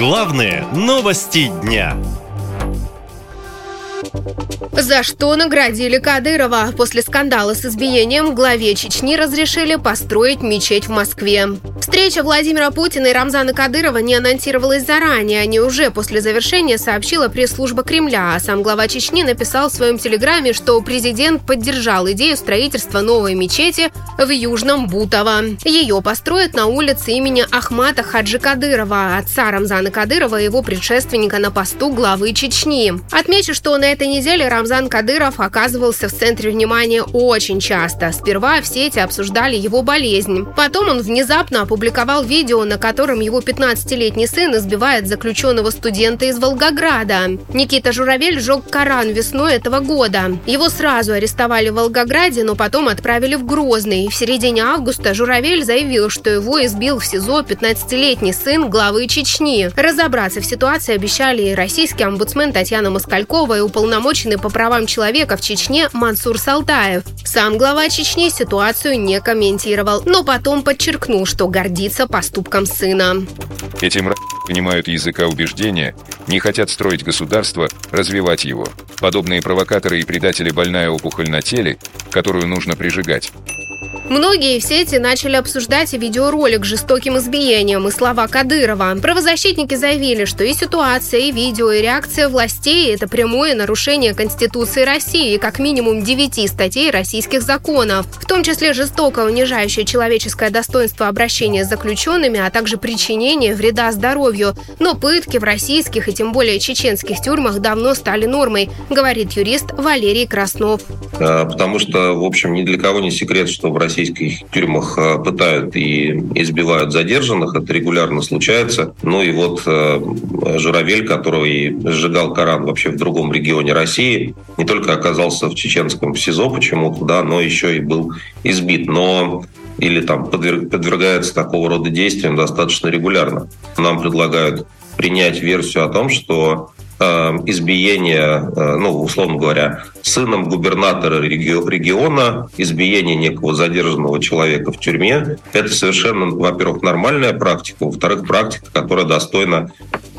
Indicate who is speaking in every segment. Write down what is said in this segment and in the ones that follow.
Speaker 1: Главные новости дня.
Speaker 2: За что наградили Кадырова? После скандала с избиением главе Чечни разрешили построить мечеть в Москве. Встреча Владимира Путина и Рамзана Кадырова не анонсировалась заранее. Они уже после завершения сообщила пресс-служба Кремля. А сам глава Чечни написал в своем телеграме, что президент поддержал идею строительства новой мечети в Южном Бутово. Ее построят на улице имени Ахмата Хаджи Кадырова, отца Рамзана Кадырова и его предшественника на посту главы Чечни. Отмечу, что на этой неделе Рамзан Кадыров оказывался в центре внимания очень часто. Сперва в сети обсуждали его болезнь. Потом он внезапно опубликовал видео, на котором его 15-летний сын избивает заключенного студента из Волгограда. Никита Журавель сжег Коран весной этого года. Его сразу арестовали в Волгограде, но потом отправили в Грозный. В середине августа Журавель заявил, что его избил в СИЗО 15-летний сын главы Чечни. Разобраться в ситуации обещали и российский омбудсмен Татьяна Москалькова, и уполномоченный по правам человека в Чечне Мансур Салтаев. Сам глава Чечни ситуацию не комментировал, но потом подчеркнул, что гордится поступком сына.
Speaker 3: Эти понимают языка убеждения, не хотят строить государство, развивать его. Подобные провокаторы и предатели — больная опухоль на теле, которую нужно прижигать.
Speaker 2: Многие в сети начали обсуждать и видеоролик с жестоким избиением, и слова Кадырова. Правозащитники заявили, что и ситуация, и видео, и реакция властей – это прямое нарушение Конституции России и как минимум 9 статей российских законов, в том числе жестокое, унижающее человеческое достоинство обращения с заключенными, а также причинение вреда здоровью. Но пытки в российских и тем более чеченских тюрьмах давно стали нормой, говорит юрист Валерий Краснов.
Speaker 4: Потому что, в общем, ни для кого не секрет, что в российских тюрьмах пытают и избивают задержанных, это регулярно случается. Ну и вот Журавель, который сжигал Коран вообще в другом регионе России, не только оказался в чеченском СИЗО почему-то, да, но еще и был избит. Или там подвергается такого рода действиям достаточно регулярно. Нам предлагают принять версию о том, что избиение, условно говоря, сыном губернатора региона, избиение некого задержанного человека в тюрьме, это совершенно, во-первых, нормальная практика, во-вторых, практика, которая достойна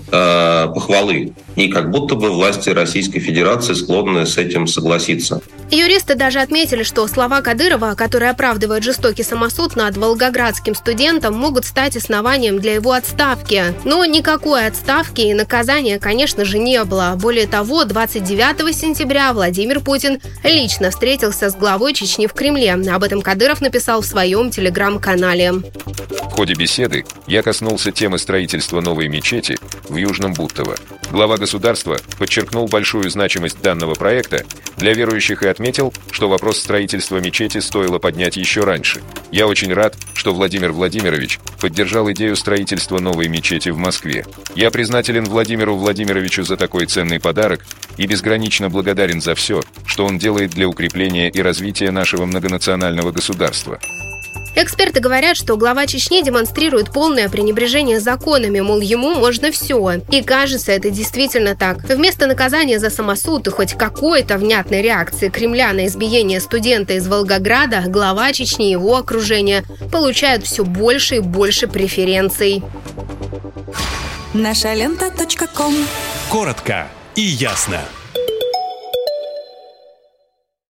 Speaker 4: похвалы. И как будто бы власти Российской Федерации склонны с этим согласиться.
Speaker 2: Юристы даже отметили, что слова Кадырова, которые оправдывают жестокий самосуд над волгоградским студентом, могут стать основанием для его отставки. Но никакой отставки и наказания, конечно же, не было. Более того, 29 сентября Владимир Путин лично встретился с главой Чечни в Кремле. Об этом Кадыров написал в своем телеграм-канале.
Speaker 3: В ходе беседы я коснулся темы строительства новой мечети в Южном Бутово. Глава государства подчеркнул большую значимость данного проекта для верующих и отметил, что вопрос строительства мечети стоило поднять еще раньше. Я очень рад, что Владимир Владимирович поддержал идею строительства новой мечети в Москве. Я признателен Владимиру Владимировичу за такой ценный подарок и безгранично благодарен за все, что он делает для укрепления и развития нашего многонационального государства.
Speaker 2: Эксперты говорят, что глава Чечни демонстрирует полное пренебрежение законами, мол, ему можно все. И кажется, это действительно так. Вместо наказания за самосуд и хоть какой-то внятной реакции Кремля на избиение студента из Волгограда, глава Чечни и его окружение получают все больше и больше преференций.
Speaker 5: Нашалента.ком.
Speaker 1: Коротко и ясно.